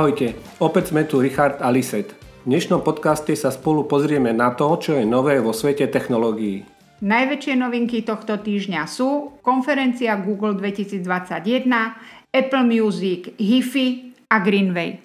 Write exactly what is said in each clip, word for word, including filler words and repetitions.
Ahojte, opäť sme tu Richard a Liset. V dnešnom podcaste sa spolu pozrieme na to, čo je nové vo svete technológií. Najväčšie novinky tohto týždňa sú konferencia Google dvetisícdvadsaťjeden, Apple Music, Hi-Fi a Greenway.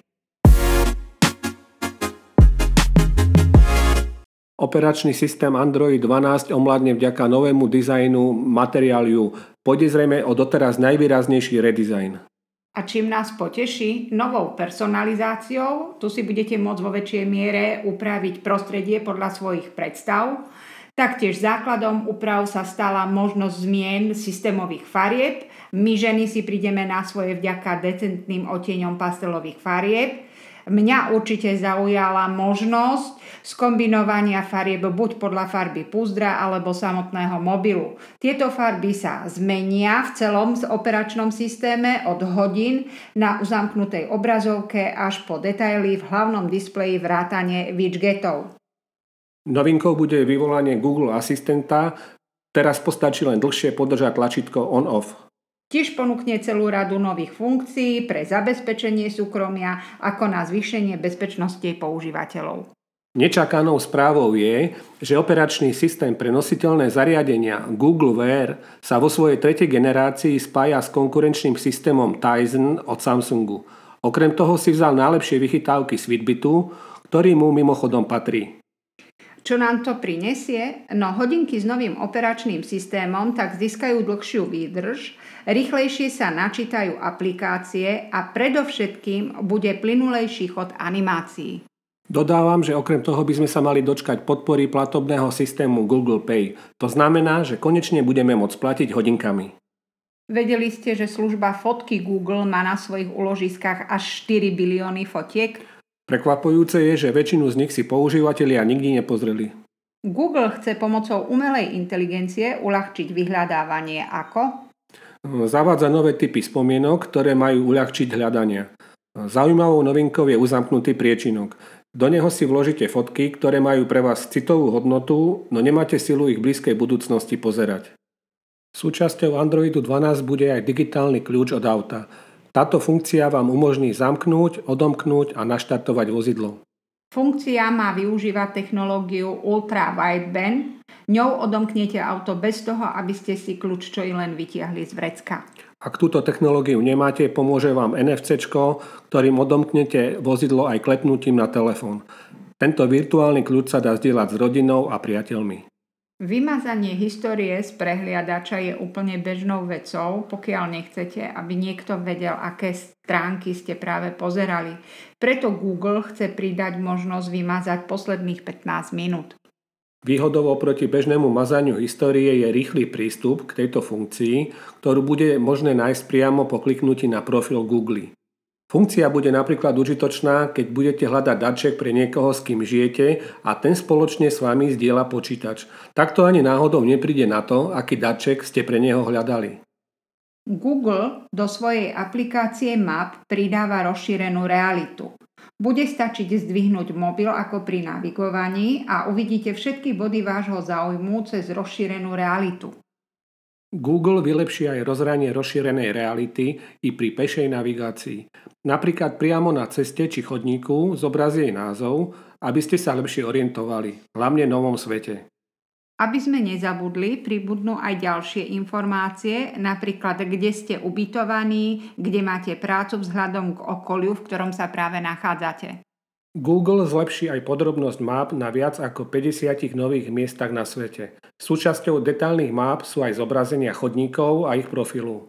Operačný systém Android dvanásť omladne vďaka novému dizajnu materiálu. Pôjde zrejme o doteraz najvýraznejší redesign. A čím nás poteší? Novou personalizáciou. Tu si budete môcť vo väčšej miere upraviť prostredie podľa svojich predstav. Taktiež základom úprav sa stala možnosť zmien systémových farieb. My ženy si prídeme na svoje vďaka decentným odtieňom pastelových farieb. Mňa určite zaujala možnosť skombinovania farieb buď podľa farby púzdra alebo samotného mobilu. Tieto farby sa zmenia v celom operačnom systéme od hodín na uzamknutej obrazovke až po detaily v hlavnom displeji vrátane widgetov. Novinkou bude vyvolanie Google asistenta. Teraz postačí len dlhšie podržať tlačítko on-off. Tiež ponúkne celú radu nových funkcií pre zabezpečenie súkromia ako na zvýšenie bezpečnosti používateľov. Nečakanou správou je, že operačný systém pre nositeľné zariadenia Google Wear sa vo svojej tretej generácii spája s konkurenčným systémom Tizen od Samsungu. Okrem toho si vzal najlepšie vychytávky z Fitbitu, ktorý mu mimochodom patrí. Čo nám to prinesie? No hodinky s novým operačným systémom tak získajú dlhšiu výdrž, rýchlejšie sa načítajú aplikácie a predovšetkým bude plynulejší chod animácií. Dodávam, že okrem toho by sme sa mali dočkať podpory platobného systému Google Pay. To znamená, že konečne budeme môcť platiť hodinkami. Vedeli ste, že služba fotky Google má na svojich úložiskách až štyri bilióny fotiek? Prekvapujúce je, že väčšinu z nich si používatelia nikdy nepozreli. Google chce pomocou umelej inteligencie uľahčiť vyhľadávanie ako? Zavádza nové typy spomienok, ktoré majú uľahčiť hľadania. Zaujímavou novinkou je uzamknutý priečinok. Do neho si vložíte fotky, ktoré majú pre vás citovú hodnotu, no nemáte silu ich v blízkej budúcnosti pozerať. Súčasťou Androidu dvanásť bude aj digitálny kľúč od auta. Táto funkcia vám umožní zamknúť, odomknúť a naštartovať vozidlo. Funkcia má využívať technológiu Ultra Wideband. Ňou odomknete auto bez toho, aby ste si kľúč čo i len vytiahli z vrecka. Ak túto technológiu nemáte, pomôže vám en ef céčko, ktorým odomknete vozidlo aj klepnutím na telefón. Tento virtuálny kľúč sa dá zdieľať s rodinou a priateľmi. Vymazanie histórie z prehliadača je úplne bežnou vecou, pokiaľ nechcete, aby niekto vedel, aké stránky ste práve pozerali. Preto Google chce pridať možnosť vymazať posledných pätnásť minút. Výhodou oproti bežnému mazaniu histórie je rýchly prístup k tejto funkcii, ktorú bude možné nájsť priamo po kliknutí na profil Google. Funkcia bude napríklad užitočná, keď budete hľadať darček pre niekoho, s kým žijete a ten spoločne s vami zdieľa počítač. Takto ani náhodou nepríde na to, aký darček ste pre neho hľadali. Google do svojej aplikácie Map pridáva rozšírenú realitu. Bude stačiť zdvihnúť mobil ako pri navigovaní a uvidíte všetky body vášho záujmu cez rozšírenú realitu. Google vylepší aj rozhranie rozšírenej reality i pri pešej navigácii. Napríklad priamo na ceste či chodníku zobrazí jej názov, aby ste sa lepšie orientovali, hlavne v novom svete. Aby sme nezabudli, pribudnú aj ďalšie informácie, napríklad kde ste ubytovaní, kde máte prácu vzhľadom k okoliu, v ktorom sa práve nachádzate. Google zlepší aj podrobnosť map na viac ako päťdesiatich nových miestach na svete. Súčasťou detailných map sú aj zobrazenia chodníkov a ich profilu.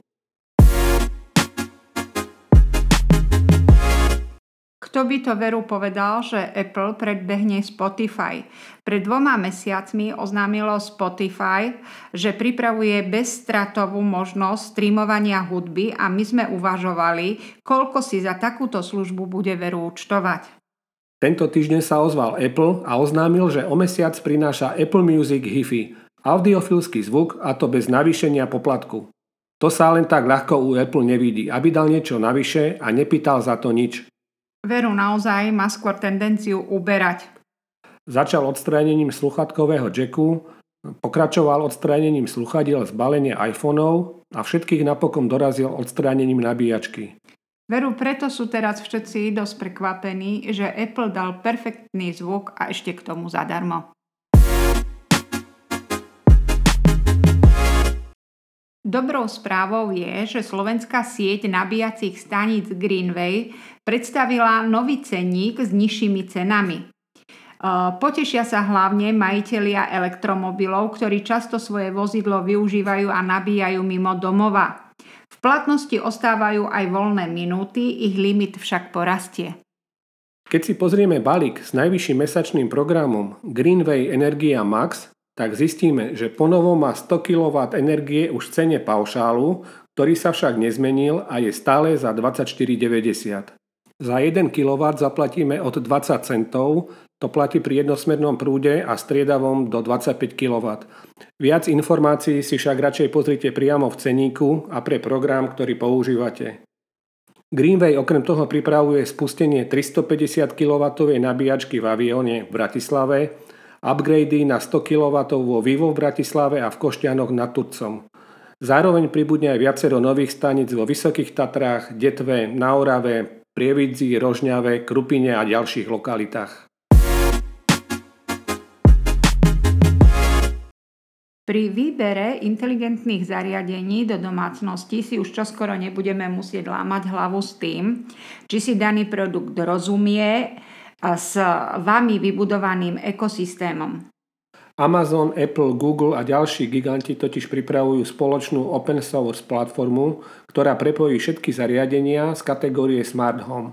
Kto by to veru povedal, že Apple predbehne Spotify? Pred dvoma mesiacmi oznámilo Spotify, že pripravuje bezstratovú možnosť streamovania hudby a my sme uvažovali, koľko si za takúto službu bude veru účtovať. Tento týždeň sa ozval Apple a oznámil, že o mesiac prináša Apple Music Hi-Fi, audiofilský zvuk, a to bez navýšenia poplatku. To sa len tak ľahko u Apple nevidí, aby dal niečo navyše a nepýtal za to nič. Veru naozaj má skôr tendenciu uberať. Začal odstránením sluchatkového jacku, pokračoval odstránením sluchadiel z balenia iPhoneov a všetkých napokon dorazil odstránením nabíjačky. Veru, preto sú teraz všetci dosť prekvapení, že Apple dal perfektný zvuk a ešte k tomu zadarmo. Dobrou správou je, že slovenská sieť nabíjacích staníc Greenway predstavila nový cenník s nižšími cenami. Potešia sa hlavne majitelia elektromobilov, ktorí často svoje vozidlo využívajú a nabíjajú mimo domova. V platnosti ostávajú aj voľné minúty, ich limit však porastie. Keď si pozrieme balík s najvyšším mesačným programom Greenway Energia Max, tak zistíme, že ponovo má sto kilowattov energie už v cene paušálu, ktorý sa však nezmenil a je stále za dvadsaťštyri deväťdesiat. Za jeden kilowatt zaplatíme od dvadsať centov, to platí pri jednosmernom prúde a striedavom do dvadsaťpäť kilowattov. Viac informácií si však radšej pozrite priamo v cenníku a pre program, ktorý používate. Greenway okrem toho pripravuje spustenie tristopäťdesiat kilowattov nabíjačky v Avione v Bratislave, upgrady na sto kilowattov vo Vivo v Bratislave a v Košťanoch nad Turcom. Zároveň pribudne aj viacero nových staníc vo Vysokých Tatrách, Detve, na Orave, Prievidzi, Rožňave, Krupine a ďalších lokalitách. Pri výbere inteligentných zariadení do domácnosti si už čoskoro nebudeme musieť lámať hlavu s tým, či si daný produkt rozumie s vami vybudovaným ekosystémom. Amazon, Apple, Google a ďalší giganti totiž pripravujú spoločnú open source platformu, ktorá prepojí všetky zariadenia z kategórie Smart Home.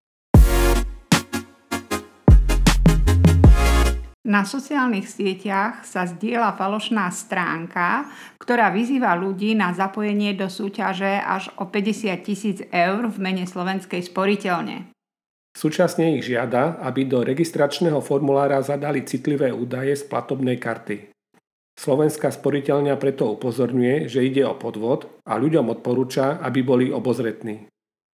Na sociálnych sieťach sa zdieľa falošná stránka, ktorá vyzýva ľudí na zapojenie do súťaže až o päťdesiat tisíc eur v mene Slovenskej sporiteľne. Súčasne ich žiada, aby do registračného formulára zadali citlivé údaje z platobnej karty. Slovenská sporiteľňa preto upozorňuje, že ide o podvod a ľuďom odporúča, aby boli obozretní.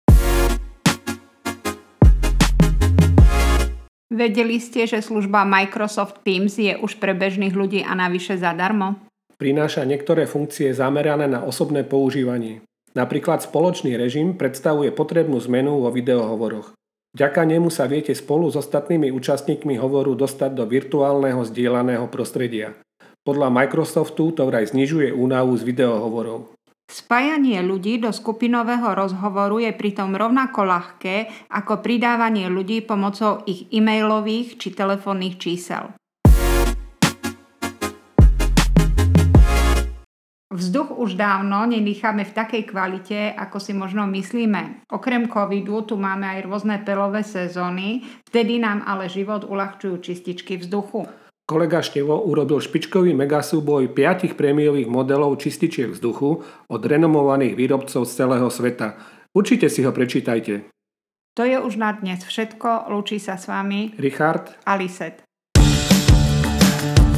Vedeli ste, že služba Microsoft Teams je už pre bežných ľudí a navyše zadarmo? Prináša niektoré funkcie zamerané na osobné používanie. Napríklad spoločný režim predstavuje potrebnú zmenu vo videohovoroch. Vďaka nemu sa viete spolu s ostatnými účastníkmi hovoru dostať do virtuálneho zdieľaného prostredia. Podľa Microsoftu to vraj znižuje únavu z videohovorov. Spájanie ľudí do skupinového rozhovoru je pritom rovnako ľahké ako pridávanie ľudí pomocou ich e-mailových či telefónnych čísel. Vzduch už dávno nenecháme v takej kvalite, ako si možno myslíme. Okrem covidu tu máme aj rôzne pelové sezóny, vtedy nám ale život uľahčujú čističky vzduchu. Kolega Števo urobil špičkový megasúboj piatich prémiových modelov čističiek vzduchu od renomovaných výrobcov z celého sveta. Určite si ho prečítajte. To je už na dnes všetko. Lúči sa s vami Richard a Lisette.